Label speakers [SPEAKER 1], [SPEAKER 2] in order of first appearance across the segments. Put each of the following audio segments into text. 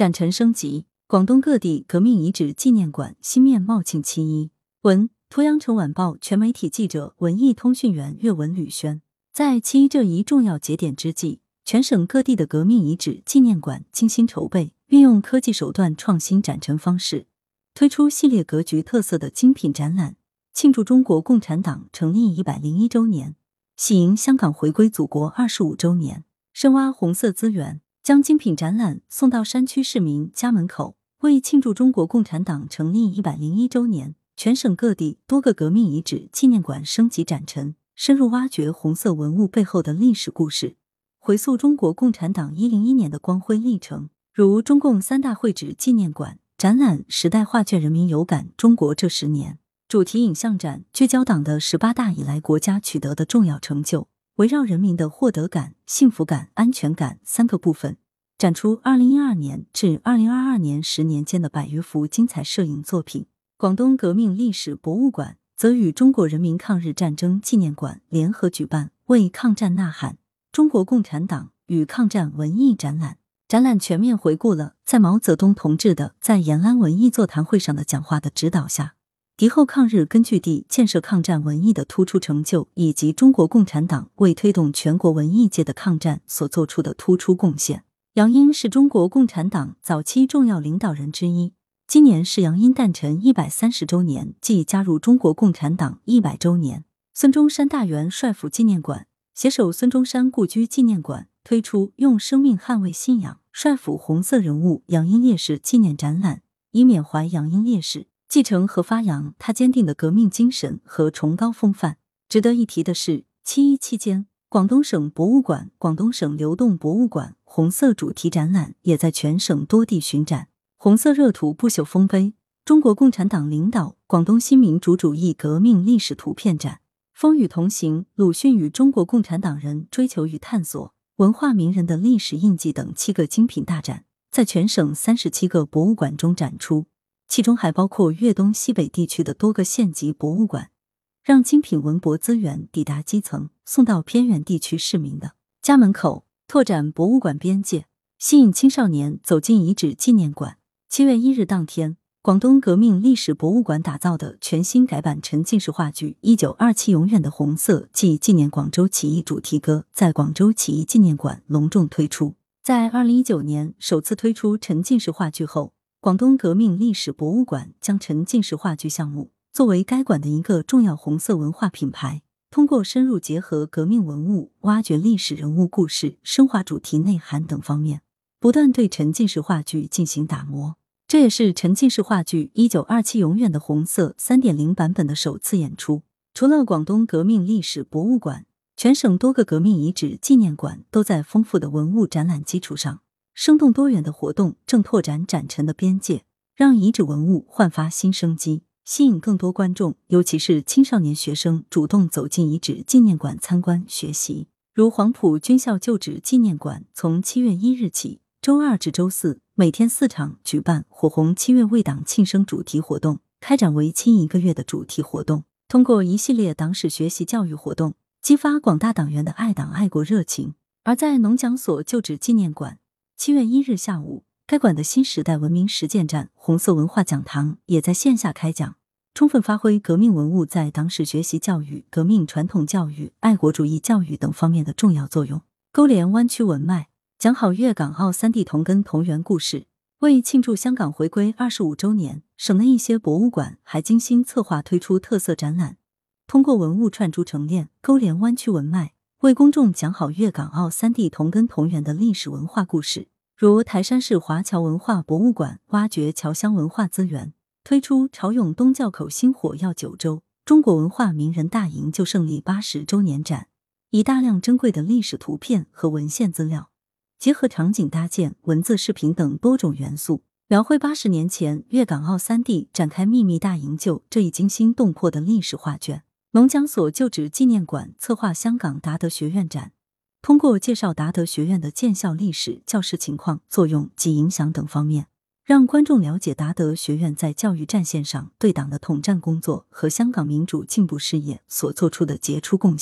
[SPEAKER 1] 展陈升级，广东各地革命遗址纪念馆新面貌庆7·1。文：图阳城晚报全媒体记者，文艺通讯员岳文吕轩。在7·1这一重要节点之际，全省各地的革命遗址纪念馆精心筹备，运用科技手段创新展陈方式，推出系列格局特色的精品展览，庆祝中国共产党成立101周年，喜迎香港回归祖国25周年。深挖红色资源，将精品展览送到山区市民家门口。为庆祝中国共产党成立101周年，全省各地多个革命遗址纪念馆升级展陈，深入挖掘红色文物背后的历史故事，回溯中国共产党101年的光辉历程。如中共3大会址纪念馆展览时代画卷人民有感中国这10年，主题影像展聚焦党的18大以来国家取得的重要成就，围绕人民的获得感、幸福感、安全感3个部分，展出2012年至2022年10年间的100余幅精彩摄影作品。广东革命历史博物馆则与中国人民抗日战争纪念馆联合举办为抗战呐喊：中国共产党与抗战文艺展览。展览全面回顾了在毛泽东同志的在延安文艺座谈会上的讲话的指导下，敌后抗日根据地建设抗战文艺的突出成就，以及中国共产党为推动全国文艺界的抗战所做出的突出贡献。杨殷是中国共产党早期重要领导人之一，今年是杨殷诞辰130周年，即加入中国共产党100周年。孙中山大元帅府纪念馆携手孙中山故居纪念馆推出用生命捍卫信仰帅府红色人物杨殷烈士纪念展览，以缅怀杨殷烈士，继承和发扬他坚定的革命精神和崇高风范。值得一提的是，7·1期间，广东省博物馆、广东省流动博物馆红色主题展览也在全省多地巡展。红色热图不朽丰碑，中国共产党领导广东新民主主义革命历史图片展，风雨同行，鲁迅与中国共产党人追求与探索，文化名人的历史印记等7个精品大展，在全省37个博物馆中展出，其中还包括粤东西北地区的多个县级博物馆，让精品文博资源抵达基层，送到偏远地区市民的家门口。拓展博物馆边界，吸引青少年走进遗址纪念馆。7月1日当天，广东革命历史博物馆打造的全新改版沉浸式话剧1927永远的红色暨纪念广州起义主题歌在广州起义纪念馆隆重推出。在2019年首次推出沉浸式话剧后，广东革命历史博物馆将沉浸式话剧项目作为该馆的一个重要红色文化品牌，通过深入结合革命文物、挖掘历史人物故事、深化主题内涵等方面，不断对沉浸式话剧进行打磨。这也是沉浸式话剧1927永远的红色 3.0 版本的首次演出。除了广东革命历史博物馆，全省多个革命遗址纪念馆都在丰富的文物展览基础上，生动多元的活动正拓展展陈的边界，让遗址文物焕发新生机，吸引更多观众，尤其是青少年学生主动走进遗址纪念馆参观学习。如黄埔军校旧址纪念馆从7月1日起，周2至周4每天4场举办火红7月为党庆生主题活动，开展为期1个月的主题活动，通过一系列党史学习教育活动，激发广大党员的爱党爱国热情。而在农讲所旧址纪念馆，7月1日下午，该馆的新时代文明实践站红色文化讲堂也在线下开讲，充分发挥革命文物在党史学习教育、革命传统教育、爱国主义教育等方面的重要作用，勾连湾区文脉，讲好粤港澳3地同根同源故事。为庆祝香港回归25周年，省内一些博物馆还精心策划推出特色展览，通过文物串珠成链，勾连湾区文脉，为公众讲好粤港澳3地同根同源的历史文化故事。如台山市华侨文化博物馆挖掘侨乡文化资源，推出潮涌东窖口新火药9周中国文化名人大营救胜利80周年展，以大量珍贵的历史图片和文献资料，结合场景搭建、文字、视频等多种元素，描绘80年前粤港澳3地展开秘密大营救这一惊心动魄的历史画卷。农讲所旧址纪念馆策划香港达德学院展，通过介绍达德学院的建校历史、教师情况、作用及影响等方面，让观众了解达德学院在教育战线上对党的统战工作和香港民主进步事业所做出的杰出贡献。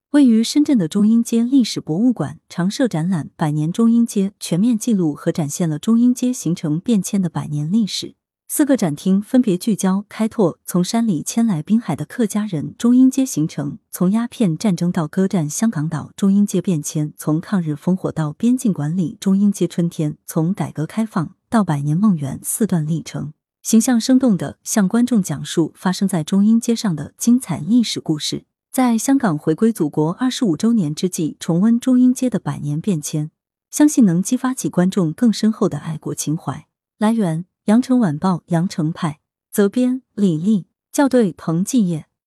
[SPEAKER 1] 位于深圳的中英街历史博物馆常设展览《100年中英街》，全面记录和展现了中英街形成变迁的100年历史。4个展厅分别聚焦开拓从山里迁来滨海的客家人中英街形成，从鸦片战争到歌战香港岛中英街变迁，从抗日烽火到边境管理中英街春天，从改革开放到100年梦圆4段历程，形象生动地向观众讲述发生在中英街上的精彩历史故事。在香港回归祖国25周年之际，重温中英街的100年变迁，相信能激发起观众更深厚的爱国情怀。来源：羊城晚报羊城派，责编：李丽，校对：彭继业。